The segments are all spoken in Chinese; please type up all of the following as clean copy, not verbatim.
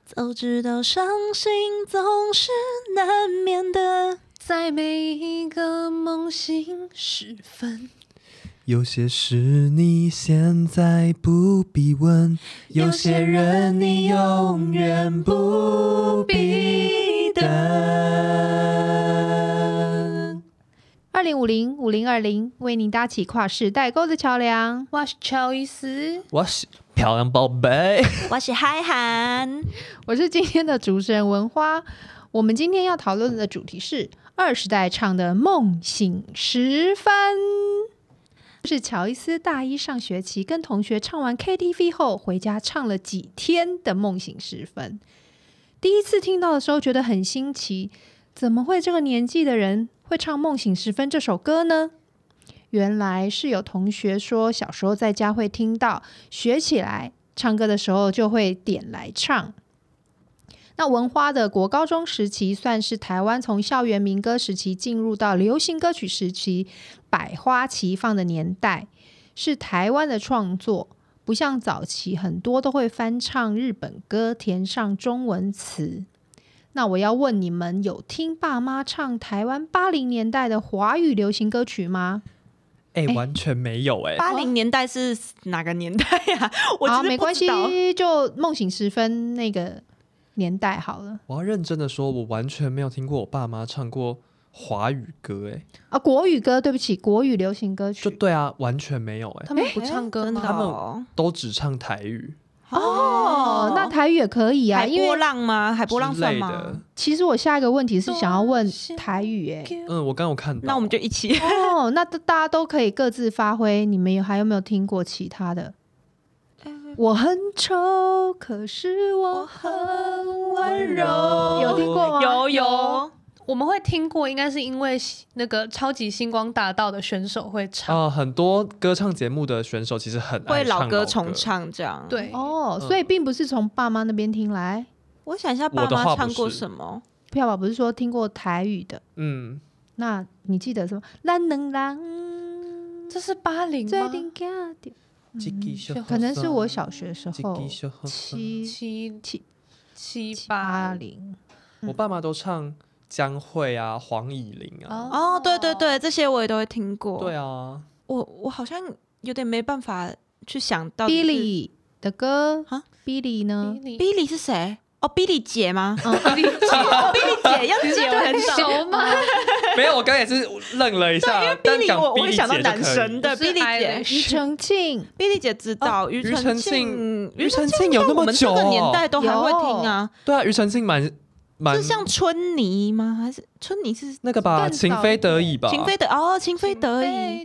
早知道伤心总是难免的， 在每一个梦醒时分。 有些事你现在不必问，有些人你永远不必等。 2050-5020为您搭起跨世代沟的桥梁。 我是乔伊斯， 我是漂亮宝贝， 我是嗨涵， 我是今天的主持人文花。我们今天要讨论的主题是20代唱的梦醒时分。是乔伊斯大一上学期跟同学唱完 KTV 后回家唱了几天的梦醒时分。第一次听到的时候觉得很新奇，怎么会这个年纪的人会唱梦醒时分这首歌呢？原来是有同学说小时候在家会听到，学起来唱歌的时候就会点来唱。那文花的国高中时期算是台湾从校园民歌时期进入到流行歌曲时期百花齐放的年代，是台湾的创作，不像早期很多都会翻唱日本歌填上中文词。那我要问你们，有听爸妈唱台湾80年代的华语流行歌曲吗？ 完全没有 80年代是哪个年代呀？我好， 其实没关不知道。 系，就梦醒时分那个年代好了。 我要认真的说，我完全没有听过我爸妈唱过华语歌国语歌，对不起，国语流行歌曲。 就对啊，完全没有他们不唱歌吗？ 真的他们哦， 都只唱台语那台语也可以啊， 海因为波浪吗？海波浪之算吗类的？。 其实我下一个问题是想要问台语我刚刚有看到， 那我们就一起。 那大家都可以各自发挥。你们还有没有听过其他的？我很丑，可是我很温柔，有听过吗？ 有， 我们会听过，应该是因为那个超级星光大道的选手会唱。 很多歌唱节目的选手其实很爱会唱老歌重唱这样。 对， 所以并不是从爸妈那边听来。 我想一下，爸我的话不妈唱过是什么？ 票宝不是说听过台语的？那你记得什么？咱两人这是80吗？ 做阵行着可能是我小学时候780。 我爸妈都唱江蕙啊、黄以玲啊。 哦，对对对，这些我也都会听过。 对啊， 我好像有点没办法去想到底是 Billy 的歌啊 ，Billy 呢？ Billy 是谁？哦，Billy 姐吗 Billy 姐 ？Billy 姐要姐我很熟。 熟吗？ 没有，我刚才也是愣了一下，但 Billy 讲我会 Billy 想到男姐就可以神的不是 Billy 姐 Irish 庾澄庆。 ，Billy 姐知道庾澄庆， 庾澄庆有那么久我们这个年代都还会听啊。 对啊，庾澄庆蛮是像春泥吗？还是春泥是那个吧， 更早情非得已吧， 情非得已。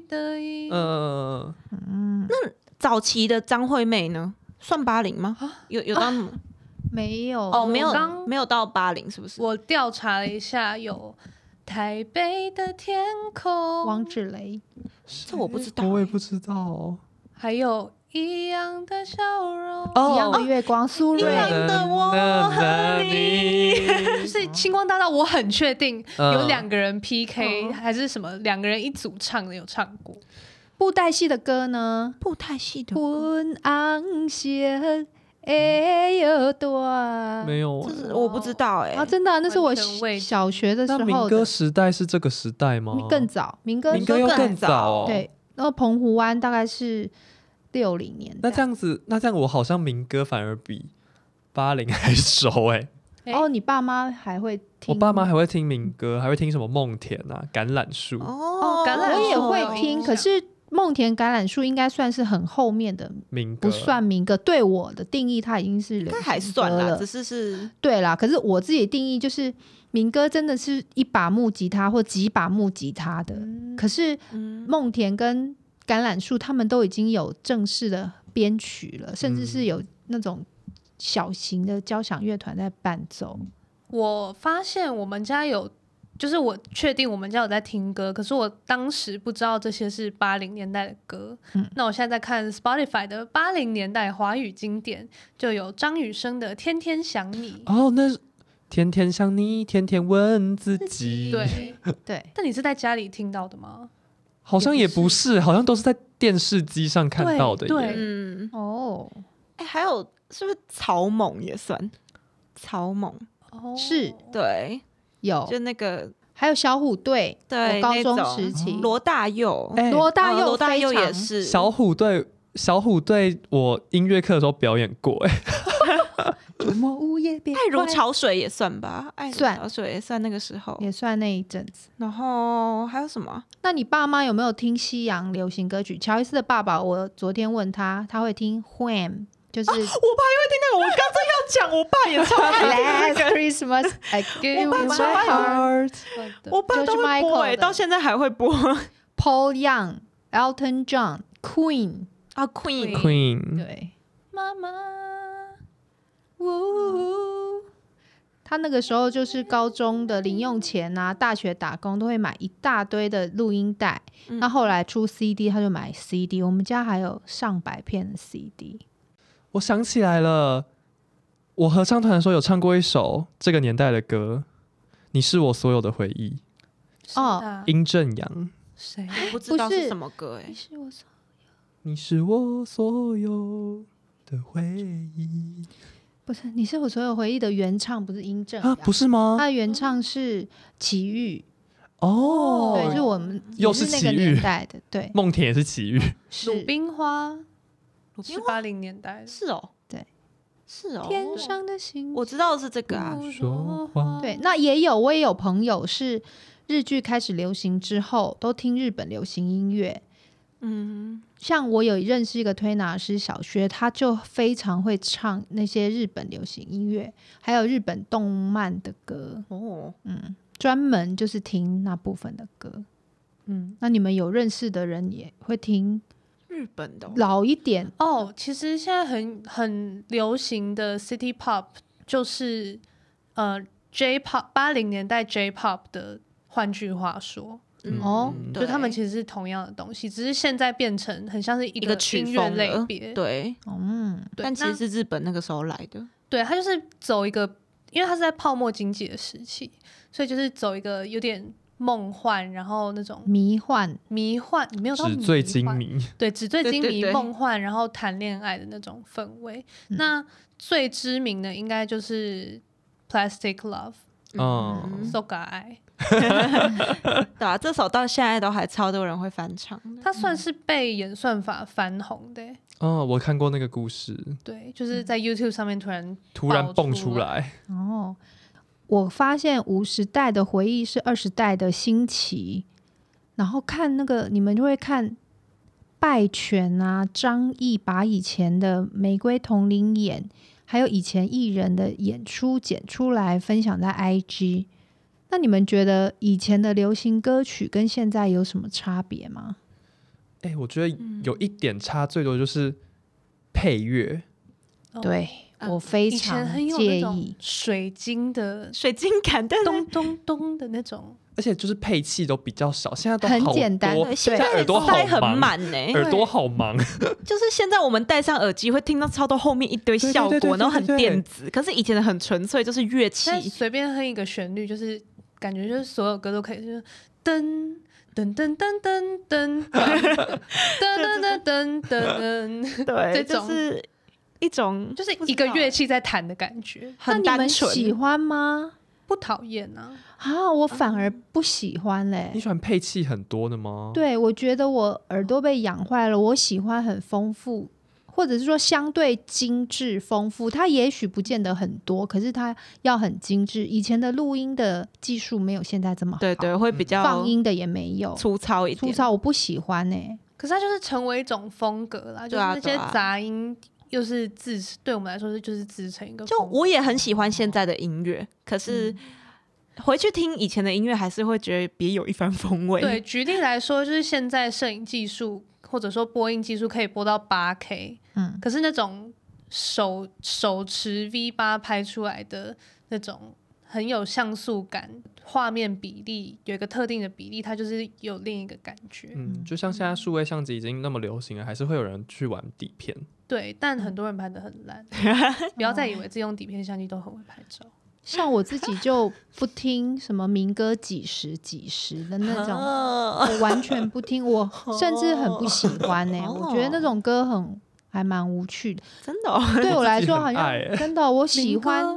早期的张惠妹呢？算80吗？有到那么没有哦，没有刚没有到80，是不是？ 我调查了一下，有台北的天空， 王芷蕾。 这我不知道。 我也不知道哦。 还有一样的笑容， 一样的月光，苏一样芮。 的我和你。 就是星光大道，我很确定有2个人 PK，还是什么2个人一组唱的，有唱过。 布袋戏的歌呢？ 布袋戏的昏红色的腰带。 没有这是我不知道啊，真的啊，那是我完全未小学的时那民候的。 歌时代是这个时代吗？ 更早，民歌民歌又更早哦。 对，然后澎湖湾大概是60年代。 那这样我好像民歌反而比80还熟你爸妈还会听？ 我爸妈还会听民歌，还会听什么梦田啊、橄榄树。 橄榄树我也我有会听， 印象可是梦田橄榄树应该算是很后面的， 民歌不算民歌。对我的定义，它已经是流应该还行算啦， 歌了只。是对啦，可是我自己的定义就是民歌真的是一把木吉他或几把木吉他的，可是梦田跟橄榄树他们都已经有正式的编曲了，甚至是有那种小型的交响乐团在伴奏。 我发现我们家有，就是我确定我们家有在听歌，可是我当时不知道这些是80年代的歌。那我现在在看 Spotify 的80年代华语经典，就有张雨生的《天天想你》。 那天天想你，天天问自己。 对对， 但你是在家里听到的吗？ 好像也不是，好像都是在电视机上看到的耶。 对嗯， 哦， 还有是不是草蜢也算？ 草蜢， 哦是对， 有， 就那个还有小虎队， 对我高中那种时期， 罗大佑， 哎罗大佑， 罗大佑也，是小虎队，我音乐课的时候表演过， 周末午夜别爱如快潮水也算吧，爱如算潮水也算那个时候。 也算那一阵子。 然后还有什么？ 那你爸妈有没有听西洋流行歌曲？乔伊斯的爸爸，我昨天问他，他会听 Wham，就是我爸也会听那个，我刚正要讲，我爸也超爱 Last 听那个。 Christmas I Gave 我 You 爸 My 超爱 Heart， 我爸都 George 会播 Michael 的到现在还会播 Paul Young、Elton John、Queen， 啊，Queen， Queen， 对， 妈妈， 他那个时候就是高中的零用钱啊，大学打工都会买一大堆的录音带。那后来出 CD， 他就买 CD。我们家还有上百片的 CD。 我想起来了，我合唱团的时候有唱过一首这个年代的歌，你是我所有的回忆， 哦殷正阳。 谁？ 我不知道不是是什么歌哎你。是我所你是我所有的回忆不是，你是我所有回忆的原唱不是殷正啊， 阳， 不是吗？ 他的原唱是齐豫， 哦， 对，是我们又也是那个是齐豫年代的，对， 梦田也是奇遇， 鲁是冰花是鲁冰花 80年代的。 是哦， 对， 是哦， 天上的星我知道的是这个啊。 说话对，那我也有朋友是日剧开始流行之后，都听日本流行音乐。 嗯， 像我有认识一个推拿师小薛，他就非常会唱那些日本流行音乐，还有日本动漫的歌， 哦， 专门就是听那部分的歌。那你们有认识的人也会听日本的哦老一点哦，其实现在很流行的 City Pop 就是J-Pop 80年代 J-Pop 的，换句话说， 哦就他们实其实是同样的东西，只是现在变成很像是一一个曲音乐风了类别。 对， 对但其实那是日本那个时候来的。 对，它就是走一个，因为它是在泡沫经济的时期，所以就是走一个有点梦幻，然后那种迷幻， 迷幻，没有到纸醉迷幻， 金迷， 对，纸醉金迷、 对对对梦幻，然后谈恋爱的那种氛围。那最知名的应该就是 Plastic Love， 嗯， So 可爱， 对啊，这首到现在都还超多人会翻唱的。 它算是被演算法翻红的欸。 哦，我看过那个故事， 对，就是在 YouTube 上面突然突然蹦出出来， 哦，我发现50代的回忆是20代的新奇，然后看那个你们就会看拜犬啊，张译把以前的玫瑰同龄眼，还有以前艺人的演出剪出来分享在 IG。那你们觉得以前的流行歌曲跟现在有什么差别吗？ 我觉得有一点差最多就是配乐， 哦对，我非以前常很有介那种意。 水晶的水晶感，但是咚咚咚的那种， 而且就是配器都比较少，现在都很好简单多对现在现在耳朵好塞很忙， 满呢。 耳朵好忙， 就是现在我们戴上耳机会听到超多后面一堆效果， 对对对对然后很对对电子。可是以前的很纯粹，就是乐器现在随便哼一个旋律，就是感觉就是所有歌都可以，就是噔噔噔噔噔噔噔噔噔噔噔， 对， 这种就是一种就是一个乐器在弹的感觉， 很那你们单纯。 喜欢吗？ 不讨厌啊。 啊，我反而不喜欢嘞、 你喜欢配器很多的吗？， 对，我觉得我耳朵被养坏了。我喜欢很丰富，或者是说相对精致丰富。它也许不见得很多，可是它要很精致。以前的录音的技术没有现在这么好， 对对，会比较放音的也没有粗糙一点。 粗糙，我不喜欢呢、 可是它就是成为一种风格啦，就是对啊那些杂音又是对我们来说就是自成一个就风格。 我也很喜欢现在的音乐，可是回去听以前的音乐，还是会觉得别有一番风味。 对，举例来说，就是现在摄影技术或者说播音技术可以播到8K，可是那种手持 V8 拍出来的那种很有像素感，画面比例有一个特定的比例，它就是有另一个感觉。 就像现在数位相机已经那么流行了，还是会有人去玩底片。 对，但很多人拍的很烂，不要再以为自己用底片相机都很会拍照。 像我自己就不听什么民歌几时几时的那种，我完全不听，我甚至很不喜欢呢、我觉得那种歌还蛮无趣的。 真的、哦， 对我来说好像自己很爱欸真的我喜欢民歌吗？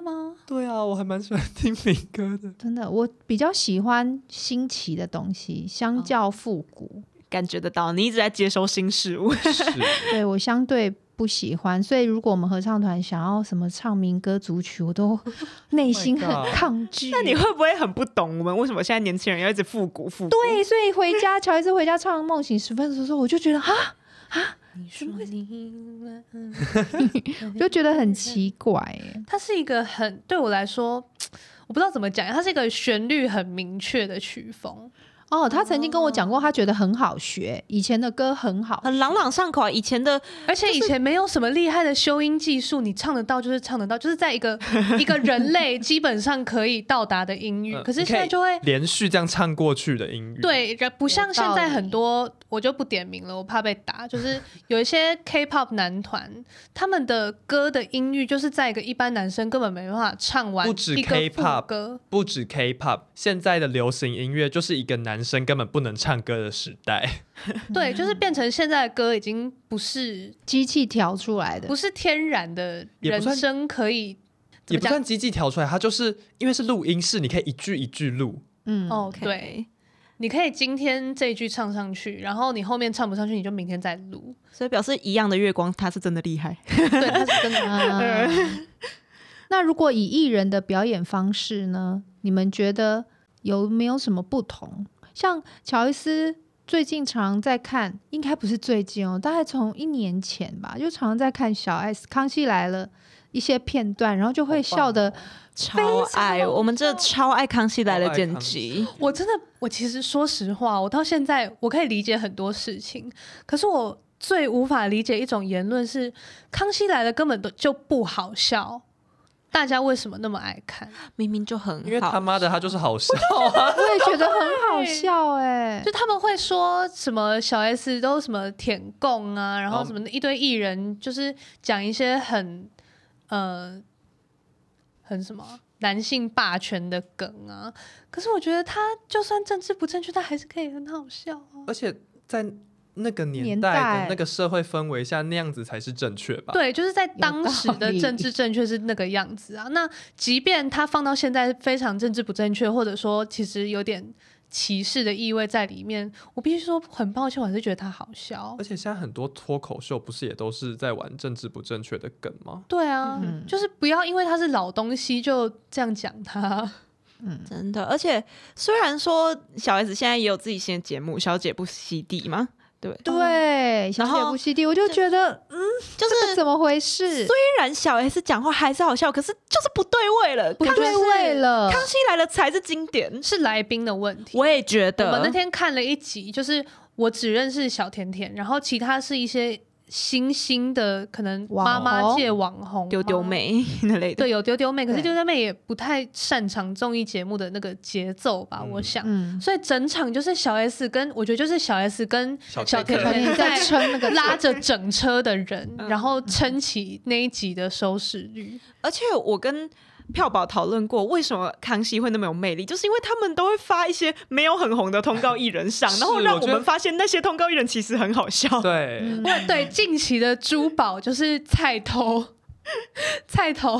对啊，我还蛮喜欢听民歌的。 真的，我比较喜欢新奇的东西，相较复古。 感觉得到你一直在接收新事物。 是， 对我相对不喜欢，所以如果我们合唱团想要什么唱民歌组曲，我都内心很 Oh my god 抗拒。 那你会不会很不懂我们为什么现在年轻人要一直复古复古？ 对，所以回家乔伊斯回家唱《梦醒时分》的时候，我就觉得你说你晚安我就觉得很奇怪耶。 它是一个很对我来说，我不知道怎么讲，它是一个旋律很明确的曲风。 哦，他曾经跟我讲过，他觉得很好学，以前的歌很好， 很朗朗上口啊！以前的， 而且以前没有什么厉害的修音技术，你唱得到就是唱得到，就是在一个人类基本上可以到达的音域。可是现在就会连续这样唱过去的音域， 对，不像现在很多，我就不点名了，我怕被打。就是有一些 K-pop 男团，他们的歌的音域就是在一个一般男生根本没办法唱完不止一个副 K-pop 歌， 不止 K-pop， 现在的流行音乐就是一个男生根本不能唱歌的时代。 对，就是变成现在的歌已经不是机器调出来的不。是天然的人声可以， 也不算机器调出来，它就是因为是录音室，你可以一句一句录。 哦， OK 对，你可以今天这一句唱上去，然后你后面唱不上去，你就明天再录。 所以表示一样的月光，他是真的厉害。 对，他是真的。 那如果以艺人的表演方式呢，你们觉得有没有什么不同？像乔伊斯最近常在看，应该不是最近哦，大概从1年前吧，就常在看小 S 康熙来了一些片段，然后就会笑的超爱，我们真的超爱康熙来了剪辑。 我其实说实话，我到现在我可以理解很多事情，可是我最无法理解一种言论是，康熙来了根本就不好笑。大家为什么那么爱看？ 明明就很好， 因为他妈的他就是好笑我也觉得很好笑哎、 就他们会说什么小 S 都什么舔共啊，然后什么一堆艺人就是讲一些很什么男性霸权的梗啊。可是我觉得他就算政治不正确，他还是可以很好笑啊。 而且在那个年代的那个社会氛围下，那样子才是正确吧？ 对，就是在当时的政治正确是那个样子啊。那即便他放到现在非常政治不正确，或者说其实有点歧视的意味在里面，我必须说很抱歉，我还是觉得他好笑。 而且现在很多脱口秀不是也都是在玩政治不正确的梗吗？ 对啊，就是不要因为他是老东西就这样讲他。 真的。而且虽然说小 S 现在也有自己新的节目《小姐不吸地》嘛，对， 对，小姐不吸地，我就觉得就是这个怎么回事？ 虽然小 S 讲话还是好笑，可是就是不对味了， 不对味了。 康熙来了才是经典， 是来宾的问题。 我也觉得。 我们那天看了一集，就是我只认识小甜甜，然后其他是一些新兴的可能妈妈界网红丢丢妹那类的。 对，有丢丢妹，可是对丢丢妹也不太擅长综艺节目的那个节奏吧，我想。所以整场就是小 S 跟我觉得就是小 S 跟小甜甜在撑那个拉着整车的人，然后撑起那一集的收视率。 而且我跟票宝讨论过，为什么康熙会那么有魅力，就是因为他们都会发一些没有很红的通告艺人上，然后让我们发现那些通告艺人其实很好笑。 对， 对，近期的珠宝就是菜头，菜头。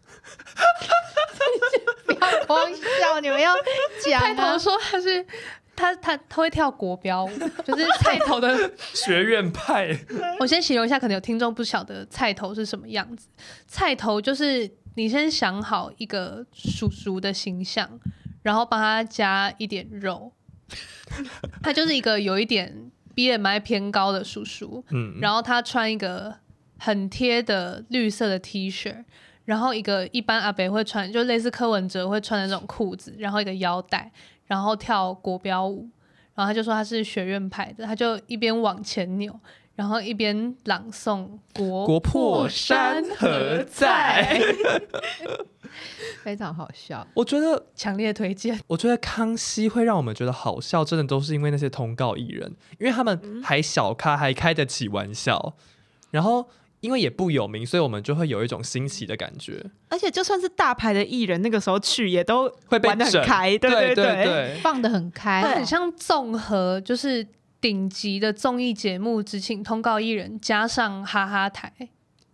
不要光笑，你们要讲菜头说他会跳国标舞，就是菜头的学院派。 我先形容一下，可能有听众不晓得菜头是什么样子。菜头就是你先想好一个叔叔的形象，然后帮他加一点肉，他就是一个有一点 BMI 偏高的叔叔，然后他穿一个很贴的绿色的 T 恤，然后一个一般阿伯会穿，就类似柯文哲会穿的那种裤子，然后一个腰带，然后跳国标舞，然后他就说他是学院派的，他就一边往前扭，然后一边朗诵国破山河在， 非常好笑。 我觉得强烈推荐。 我觉得康熙会让我们觉得好笑，真的都是因为那些通告艺人，因为他们还小咖，还开得起玩笑，然后因为也不有名，所以我们就会有一种新奇的感觉。 而且就算是大牌的艺人，那个时候去也都会被玩得很开，对对， 放得很开， 它很像综合，就是顶级的综艺节目，只请通告艺人加上哈哈台。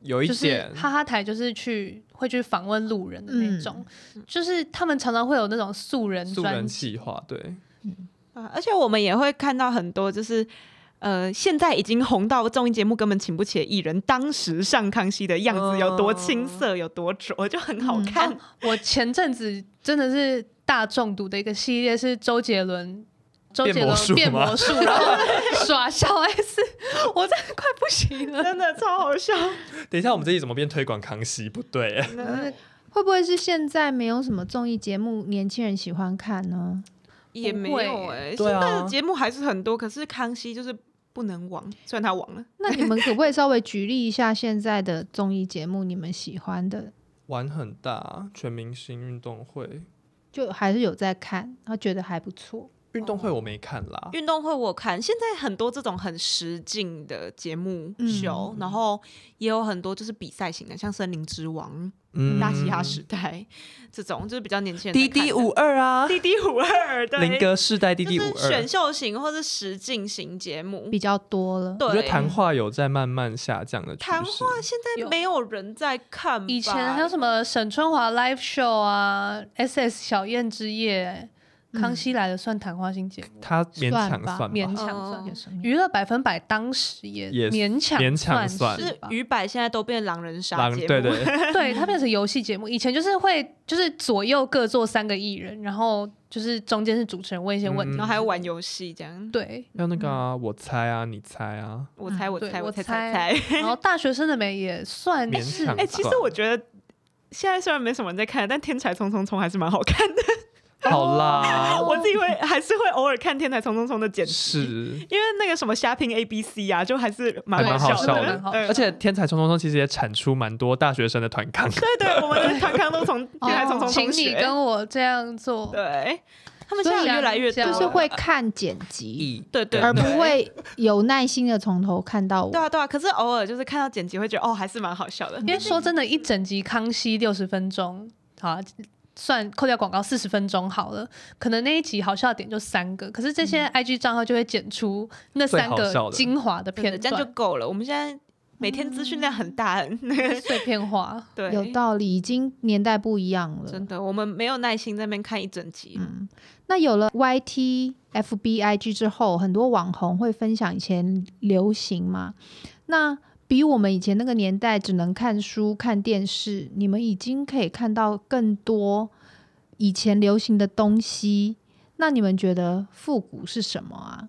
有一就是点哈哈台就是会去访问路人的那种，就是他们常常会有那种素人企划，对， 而且我们也会看到很多就是现在已经红到综艺节目根本请不起的艺人，当时上康熙的样子有多青涩，有多拙，就很好看。 我前阵子真的是大中毒的一个系列是周杰伦变魔术，然后耍小 S， 我真的快不行了， 真的超好笑。 等一下，我们这集怎么变推广康熙？不对， 会不会是现在没有什么综艺节目年轻人喜欢看呢？ 也没有现在的节目还是很多，可是康熙就是不能亡，虽然他亡了。 那你们可不可以稍微举例一下现在的综艺节目你们喜欢的？ 玩很大，全明星运动会， 就还是有在看，然后觉得还不错。 运动会我没看啦， 运动会我看，现在很多这种很实境的节目秀，然后也有很多就是比赛型的，像《森林之王》、大嘻哈时代这种，就是比较年轻人。 滴滴52啊， 滴滴52，对， 林格世代滴滴52， 就是选秀型或是实境型节目比较多了。 对， 我觉得谈话有在慢慢下降的趋势。 谈话现在没有人在看吧， 以前还有什么沈春华 live show 啊 ，SS 小燕之夜。康熙来了算谈话性节目， 他勉强算吧， 勉强算。娱乐100%当时也勉强算， 就是娱百现在都变狼人杀节目， 对对，它变成游戏节目。以前就是会就是左右各做3个艺人，然后就是中间是主持人问一些问题， 然后还要玩游戏这样。 对， 要那个我猜啊，你猜啊， 我猜， 然后大学生的美也算是。 其实我觉得现在虽然没什么人在看，但《天才冲冲冲》还是蛮好看的。 好啦， 我自己还是会偶尔看《天才冲冲冲》的剪辑， 是因为那个什么虾拼 ABC 啊，就还是蛮好笑的。 而且《天才冲冲冲》其实也产出蛮多大学生的团康。 对，我们的团康都从《天才冲冲冲》 请你跟我这样做。 对，他们现在越来越多， 就是会看剪辑， 对， 而不会有耐心的从头看到尾。 对啊，可是偶尔就是看到剪辑会觉得还是蛮好笑的。 因为说真的，一整集康熙60分钟，好算扣掉广告40分钟好了，可能那一集好笑的点就3个，可是这些 IG 账号就会剪出那3个精华的片段， 这样就够了。我们现在每天资讯量很大， 碎片化， 对， 有道理，已经年代不一样了， 真的，我们没有耐心在那边看一整集。 那有了 YT、FB、IG 之后，很多网红会分享以前流行嘛，那比我们以前那个年代只能看书看电视，你们已经可以看到更多以前流行的东西。那你们觉得复古是什么啊？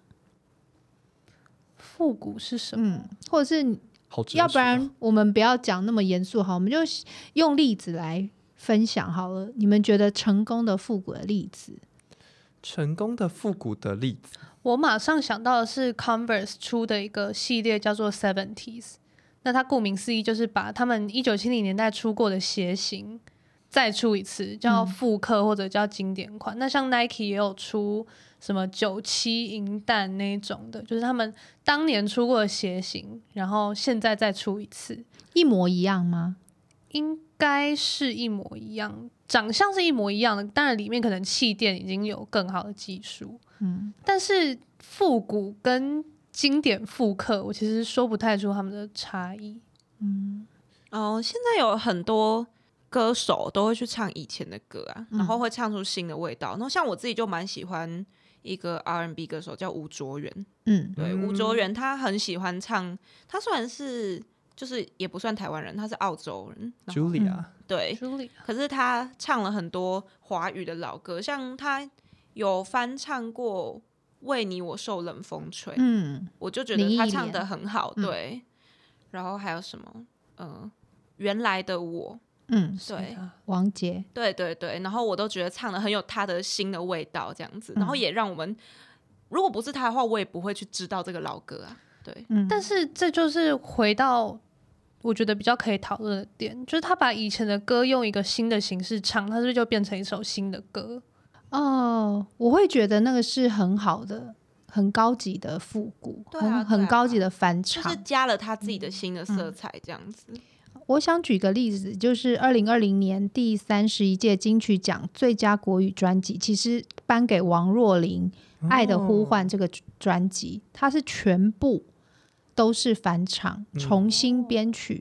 复古是什么？ 或者是要不然我们不要讲那么严肃好，我们就用例子来分享好了。你们觉得成功的复古的例子？ 成功的复古的例子， 我马上想到的是 Converse 出的一个系列叫做 70s。那它顾名思义就是把他们1970年代出过的鞋型再出一次，叫复刻或者叫经典款。那像 Nike 也有出什么97银弹那种的，就是他们当年出过的鞋型，然后现在再出一次。 一模一样吗？ 应该是一模一样，长相是一模一样的，当然里面可能气垫已经有更好的技术。但是复古跟经典复刻，我其实说不太出他们的差异。 现在有很多歌手都会去唱以前的歌啊，然后会唱出新的味道。然后像我自己就蛮喜欢一个 R&B 歌手叫吴卓源，对，吴卓源他很喜欢唱，他虽然是就是也不算台湾人，他是澳洲人 Julia， 对，可是他唱了很多华语的老歌，像他有翻唱过为你我受冷风吹，我就觉得他唱得很好，对。然后还有什么原来的我，对， 王杰， 对，然后我都觉得唱得很有他的新的味道这样子，然后也让我们如果不是他的话，我也不会去知道这个老歌啊，对。 但是这就是回到我觉得比较可以讨论的点，就是他把以前的歌用一个新的形式唱，他是不是就变成一首新的歌？ 我会觉得那个是很好的、很高级的复古，很高级的翻唱， 就是加了他自己的新的色彩这样子。 我想举个例子，就是2020年第31届金曲奖最佳国语专辑，其实颁给王若琳《爱的呼唤》这个专辑，它是全部都是翻唱，重新编曲，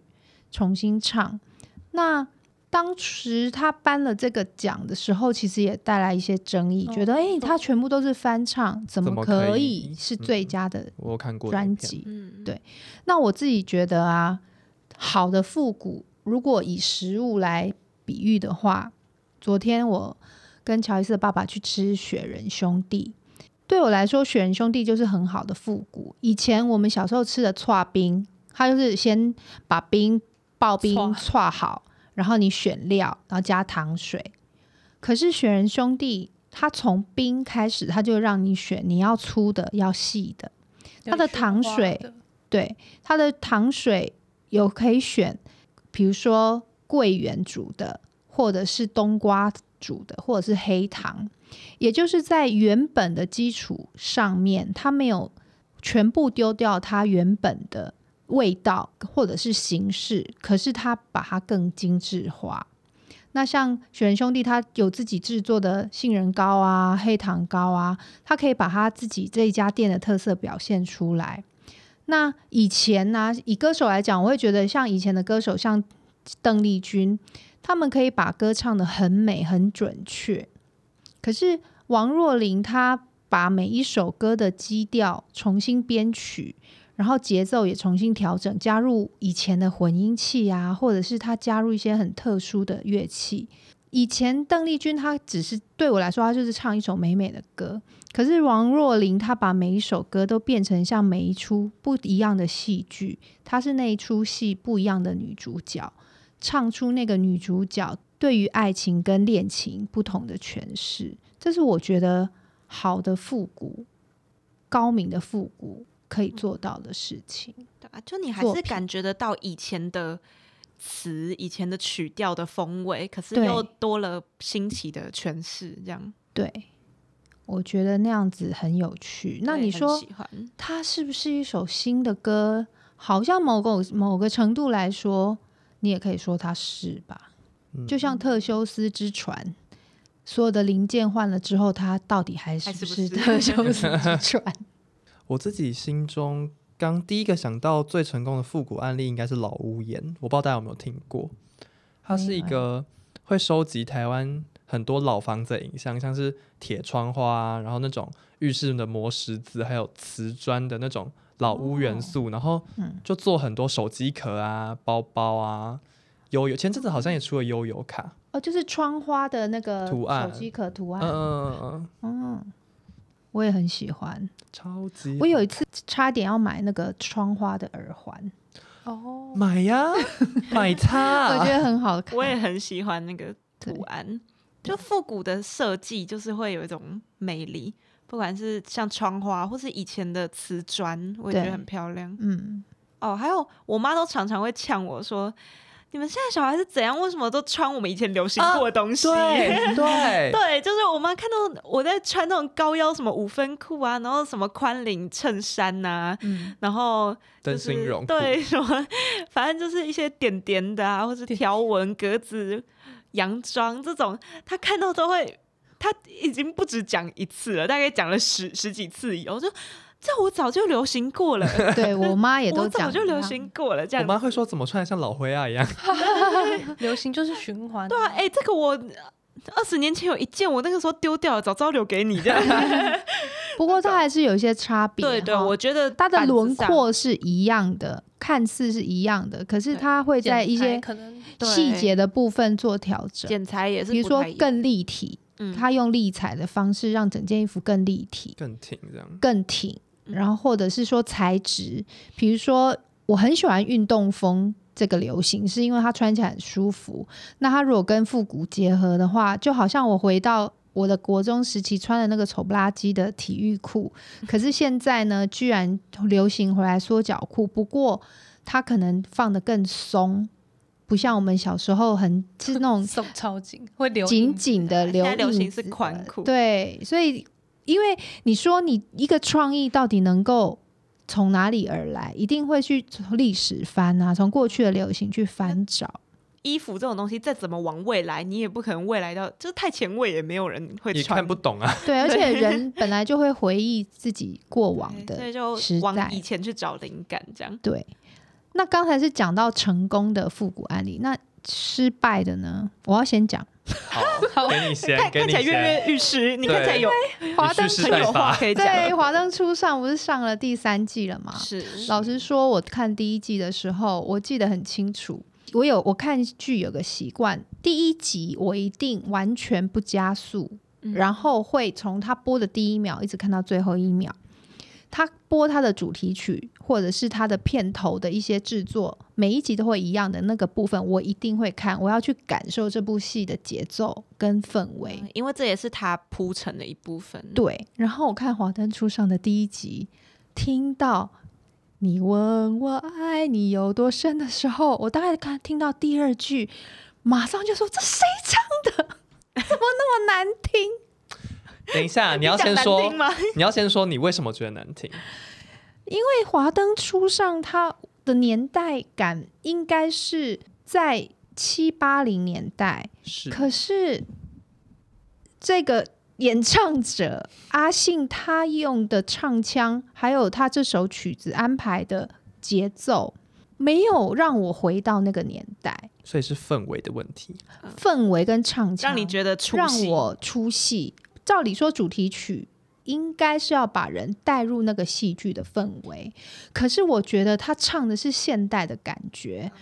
重新唱。那当时他颁了这个奖的时候，其实也带来一些争议，觉得他全部都是翻唱，怎么可以是最佳的专辑？对。那我自己觉得啊，好的复古，如果以食物来比喻的话，昨天我跟乔伊斯的爸爸去吃雪人兄弟，对我来说，雪人兄弟就是很好的复古。以前我们小时候吃的剉冰，它就是先把刨冰剉好。然后你选料，然后加糖水。可是雪人兄弟他从冰开始，他就让你选你要粗的要细的。他的糖水，对，他的糖水有可以选，比如说桂圆煮的，或者是冬瓜煮的，或者是黑糖。也就是在原本的基础上面，他没有全部丢掉他原本的味道或者是形式，可是他把它更精致化。那像雪人兄弟他有自己制作的杏仁糕啊、黑糖糕啊，他可以把他自己这一家店的特色表现出来。那以前呢，以歌手来讲，我会觉得像以前的歌手，像邓丽君，他们可以把歌唱得很美很准确。可是王若琳她把每一首歌的基调重新编曲，然后节奏也重新调整，加入以前的混音器啊，或者是他加入一些很特殊的乐器。以前邓丽君她只是对我来说，她就是唱一首美美的歌，可是王若琳她把每一首歌都变成像每一出不一样的戏剧，她是那一出戏不一样的女主角，唱出那个女主角对于爱情跟恋情不同的诠释。这是我觉得好的复古，高明的复古可以做到的事情。 对啊，就你还是感觉得到以前的词、以前的曲调的风味，可是又多了新奇的诠释，这样。 对，我觉得那样子很有趣。那你说它是不是一首新的歌？好像某个程度来说，你也可以说它是吧。就像特修斯之船，所有的零件换了之后，它到底还是不是特修斯之船？ 我自己心中刚第一个想到最成功的复古案例应该是老屋檐，我不知道大家有没有听过。它是一个会收集台湾很多老房子的影像，像是铁窗花，然后那种浴室的磨石子，还有瓷砖的那种老屋元素，然后就做很多手机壳啊、包包啊、悠游。前阵子好像也出了悠游卡， 就是窗花的那个图案， 手机壳图案。我也很喜欢， 超级好。 我有一次差点要买那个窗花的耳环。 买呀，买它， 我觉得很好看。 我也很喜欢那个图案，就复古的设计，就是会有一种魅力。不管是像窗花，或是以前的瓷砖，我也觉得很漂亮。还有我妈都常常会呛我说，你们现在小孩是怎样？为什么都穿我们以前流行过的东西？对，就是我妈看到我在穿那种高腰什么5分裤啊，然后什么宽领衬衫啊，然后灯芯绒裤， 对，什么反正就是一些点点的啊，或是条纹格子洋装这种，她看到都会，她已经不止讲一次了，大概讲了十几次以后，就这我早就流行过了。 对，我妈也都讲， 我早就流行过了。这样， 我妈会说怎么穿得像老灰啊一样。 流行就是循环。 对啊，这个我20年前有一件，我那个时候丢掉了，早知道留给你这样。 不过它还是有一些差别。 对，我觉得它的轮廓是一样的，看似是一样的，可是它会在一些细节的部分做调整， 剪裁也是， 比如说更立体。它用立裁的方式让整件衣服更立体、 更挺，这样更挺。然后或者是说材质，比如说我很喜欢运动风这个流行，是因为它穿起来很舒服。那它如果跟复古结合的话，就好像我回到我的国中时期穿的那个丑不拉几的体育裤，可是现在呢居然流行回来缩脚裤，不过它可能放得更松，不像我们小时候是那种松超紧，会留紧紧的留印子。 现在流行是宽裤， 对，所以因为你说你一个创意到底能够从哪里而来，一定会去从历史翻啊，从过去的流行去翻找。 衣服这种东西再怎么往未来，你也不可能未来到就是太前卫，也没有人会穿， 也看不懂啊。 对，而且人本来就会回忆自己过往的时代， 所以就往以前去找灵感，这样。 对， 那刚才是讲到成功的复古案例，那失败的呢？我要先讲。 好，给你先， 看起来跃跃欲试，你看起来有华灯很有话可以讲。 对，华灯初上不是上了第3季了吗？ 是。 老实说，我看第1季的时候，我记得很清楚。我看剧有个习惯，第1集我一定完全不加速，然后会从他播的第1秒一直看到最后1秒。他播他的主题曲或者是他的片头的一些制作，每一集都会一样的那个部分，我一定会看，我要去感受这部戏的节奏跟氛围， 因为这也是他铺陈的一部分。 对，然后我看《华灯初上》的第1集，听到你问我爱你有多深的时候，我大概听到第2句，马上就说这谁唱的？怎么那么难听？ 等一下，你要先说你为什么觉得难听？ 因为华灯初上它的年代感应该是在70、80年代，可是这个演唱者阿信他用的唱腔，还有他这首曲子安排的节奏，没有让我回到那个年代， 所以是氛围的问题， 氛围跟唱腔让你觉得出戏， 让我出戏。照理说主题曲应该是要把人带入那个戏剧的氛围，可是我觉得他唱的是现代的感觉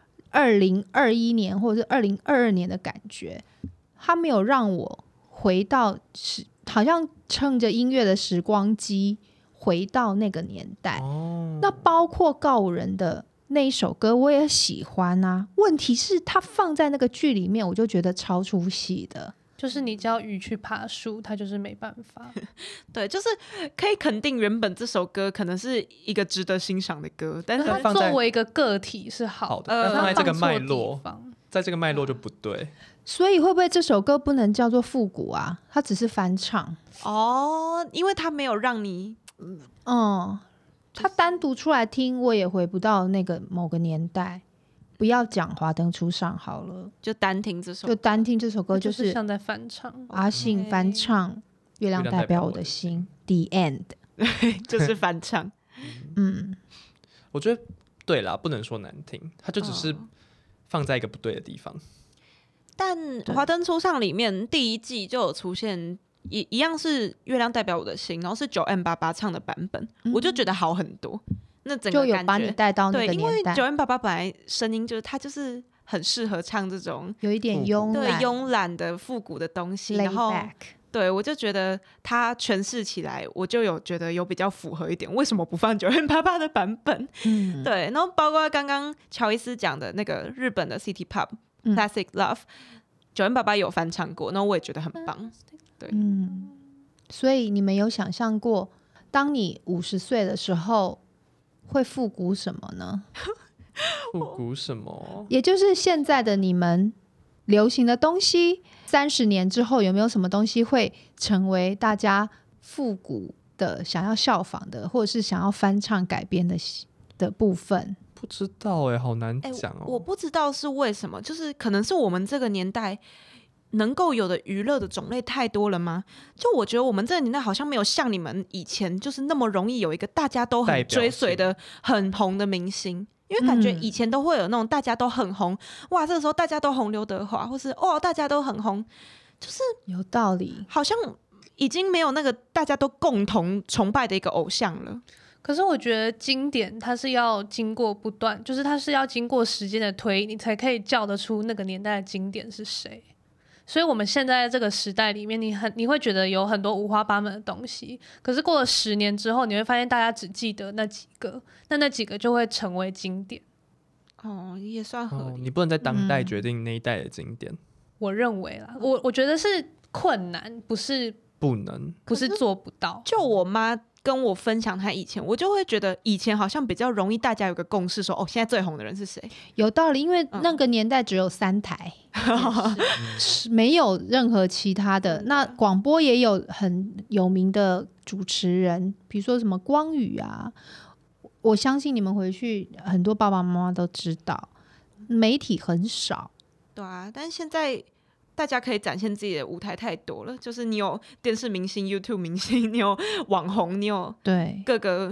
，2021年或者是2022年的感觉，他没有让我回到好像乘着音乐的时光机回到那个年代。那包括告五人的那一首歌我也喜欢啊，问题是他放在那个剧里面我就觉得超出戏的， 就是你叫鱼去爬树，它就是没办法。 对，就是可以肯定原本这首歌可能是一个值得欣赏的歌，但是它作为一个个体是好的， 但放在这个脉络，在这个脉络就不对。 所以会不会这首歌不能叫做复古啊？它只是翻唱哦，因为它没有让你它单独出来听我也回不到那个某个年代。不要讲华灯初上好了， 就单听这首歌，就是像在翻唱阿信翻唱月亮代表我的心 The End 就是翻唱。 我觉得对啦，不能说难听，它就只是放在一个不对的地方。 但华灯初上里面第1季就有出现一样是月亮代表我的心，然后是9M88唱的版本，我就觉得好很多。那整个感觉就有把你带到那个年代， 对，因为9M88本来声音他就是很适合唱这种有一点慵懒的复古的东西，然后对我就觉得他诠释起来，我就有觉得有比较符合一点。为什么不放9M88的版本？对，然后包括刚刚乔伊斯讲的那个日本的 City Pop Classic Love，9M88有翻唱过，然后我也觉得很棒。对， 所以你们有想象过，当你50岁的时候？会复古什么呢？ 复古什么？ 也就是现在的你们流行的东西，30年之后有没有什么东西会成为大家复古的、想要效仿的，或者是想要翻唱改编的部分？ 不知道好难讲哦。 我不知道是为什么，就是可能是我们这个年代能够有的娱乐的种类太多了吗？就我觉得我们这个年代好像没有像你们以前就是那么容易有一个大家都很追随的很红的明星，因为感觉以前都会有那种大家都很红，哇，这个时候大家都红刘德华，或是大家都很红，就是有道理， 好像已经没有那个大家都共同崇拜的一个偶像了。 可是我觉得经典它是要经过不断，就是它是要经过时间的推移，你才可以叫得出那个年代的经典是谁。所以我们现在这个时代里面，你会觉得有很多五花八门的东西，可是过了10年之后，你会发现大家只记得那几个，那几个就会成为经典。 也算合理。 你不能在当代决定那一代的经典。 我认为啦，我觉得是困难，不是做不到。 就我妈跟我分享她以前，我就会觉得以前好像比较容易大家有个共识说现在最红的人是谁。 有道理，因为那个年代只有3台没有任何其他的。那广播也有很有名的主持人，比如说什么光宇啊，我相信你们回去很多爸爸妈妈都知道，媒体很少。 对啊，但现在大家可以展现自己的舞台太多了，就是你有电视明星、YouTube 明星，你有网红，你有各个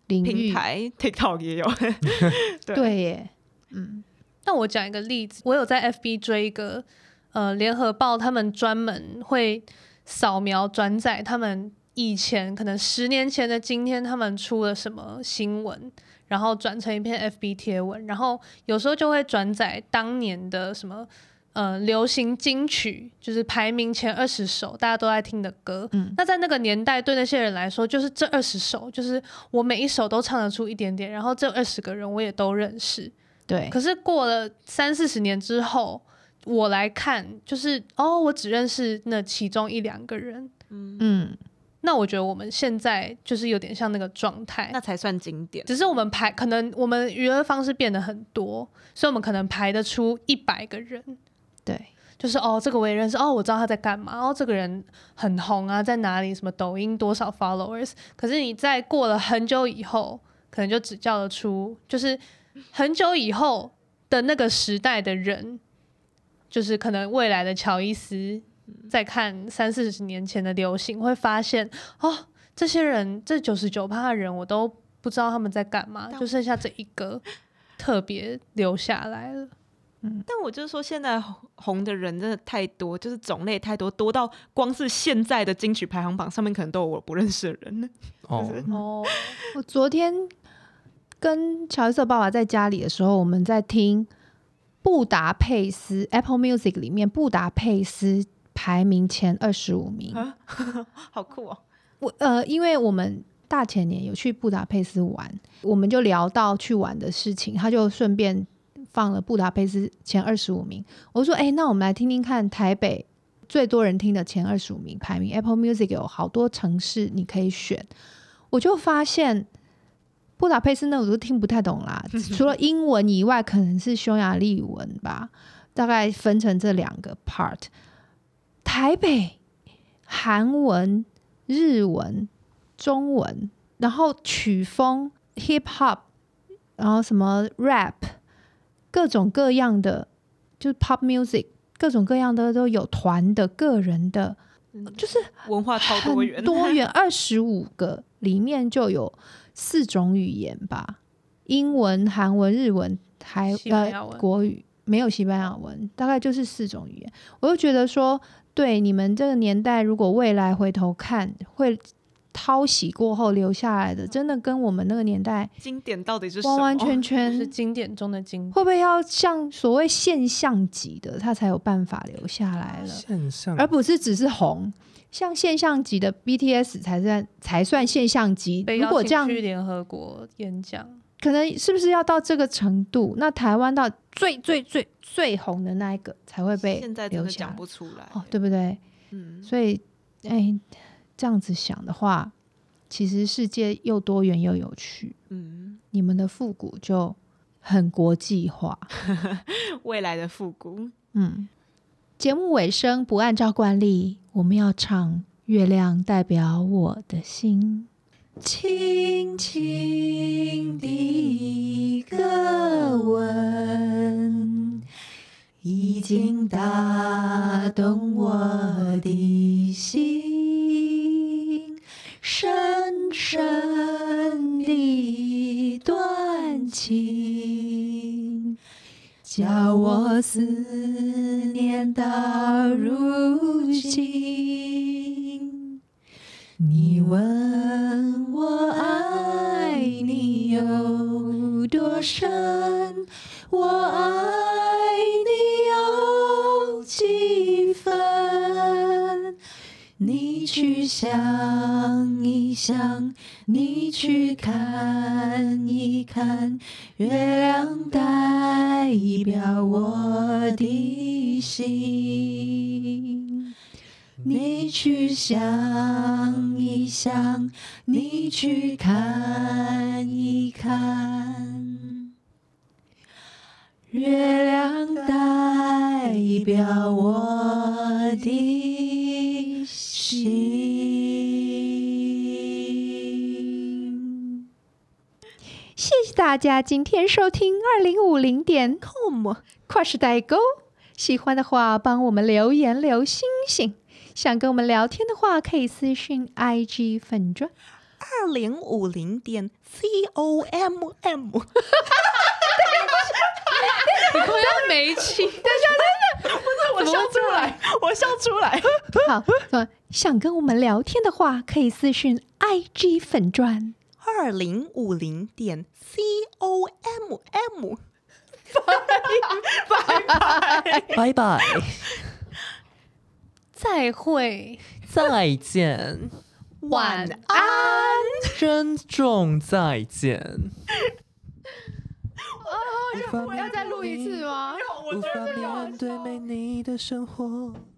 领域平台 TikTok 也有对耶， 那我讲一个例子，我有在 FB 追一个联合报，他们专门会扫描转载他们以前可能10年前的今天他们出了什么新闻，然后转成一篇 FB 贴文，然后有时候就会转载当年的什么流行金曲，就是排名前20首大家都在听的歌。那在那个年代对那些人来说，就是这20首，就是我每一首都唱得出一点点，然后这20个人我也都认识。 对。 可是过了30-40年之后，我来看，就是我只认识那其中1-2个人。那我觉得我们现在就是有点像那个状态， 那才算经典。 只是我们可能我们娱乐方式变得很多，所以我们可能排得出100个人。 对， 就是这个我也认识，我知道他在干嘛，这个人很红啊，在哪里，什么抖音多少 followers。可是你在过了很久以后，可能就只叫得出，就是很久以后的那个时代的人，就是可能未来的乔伊斯再看30-40年前的流行，会发现这些人，这99%的人我都不知道他们在干嘛，就剩下这一个特别留下来了。 但我就是说，现在红的人真的太多，就是种类太多，多到光是现在的金曲排行榜上面可能都有我不认识的人。 我昨天跟乔伊斯爸爸在家里的时候，我们在听布达佩斯 Apple Music 里面布达佩斯排名前25名， 好酷哦！ 因为我们大前年有去布达佩斯玩，我们就聊到去玩的事情，他就顺便放了布达佩斯前25名。我说那我们来听听看台北最多人听的前25名排名。 Apple Music 有好多城市你可以选，我就发现布达佩斯那我都听不太懂啦除了英文以外可能是匈牙利文吧，大概分成这2个 part。 台北韩文、日文、中文，然后曲风 hip hop， 然后什么 rap，各种各样的，就是 pop music， 各种各样的都有，团的、个人的，就是文化超多元， 很多元。25个里面就有4种语言吧，英文、韩文、日文、国语，没有西班牙文，大概就是4种语言。我就觉得说，对你们这个年代，如果未来回头看，会淘洗过后留下来的，真的跟我们那个年代经典到底是什么？ 完完全全是经典中的经典。 会不会要像所谓现象级的，它才有办法留下来了？ 现象， 而不是只是红。像现象级的 BTS 才算现象级。如果这样去联合国演讲， 可能是不是要到这个程度？那台湾到最最最最红的那一个才会被现在真的讲不出来， 对不对？所以这样子想的话，其实世界又多元又有趣。你们的复古就很国际化， 未来的复古。 节目尾声不按照惯例，我们要唱《月亮代表我的心》。轻轻的一个吻，已经打动我的心，深深的一段情，叫我思念到如今。你问我爱你有多深，我爱你有几分，你去想一想，你去看一看，月亮代表我的心。你去想一想，你去看一看，月亮代表我的心。谢谢大家今天收听2050点 com 跨时代沟。喜欢的话帮我们留言留星星，想跟我们聊天的话可以私讯 IG 粉专 2050.com。 你快要没气， 我笑出来，我笑出来。 好，想跟我们聊天的话，可以私讯 IG 粉专 2050.com。 拜拜， 再会， 再见， 晚安。 珍重再见。 我要再录一次吗？ 无法面对没你的生活。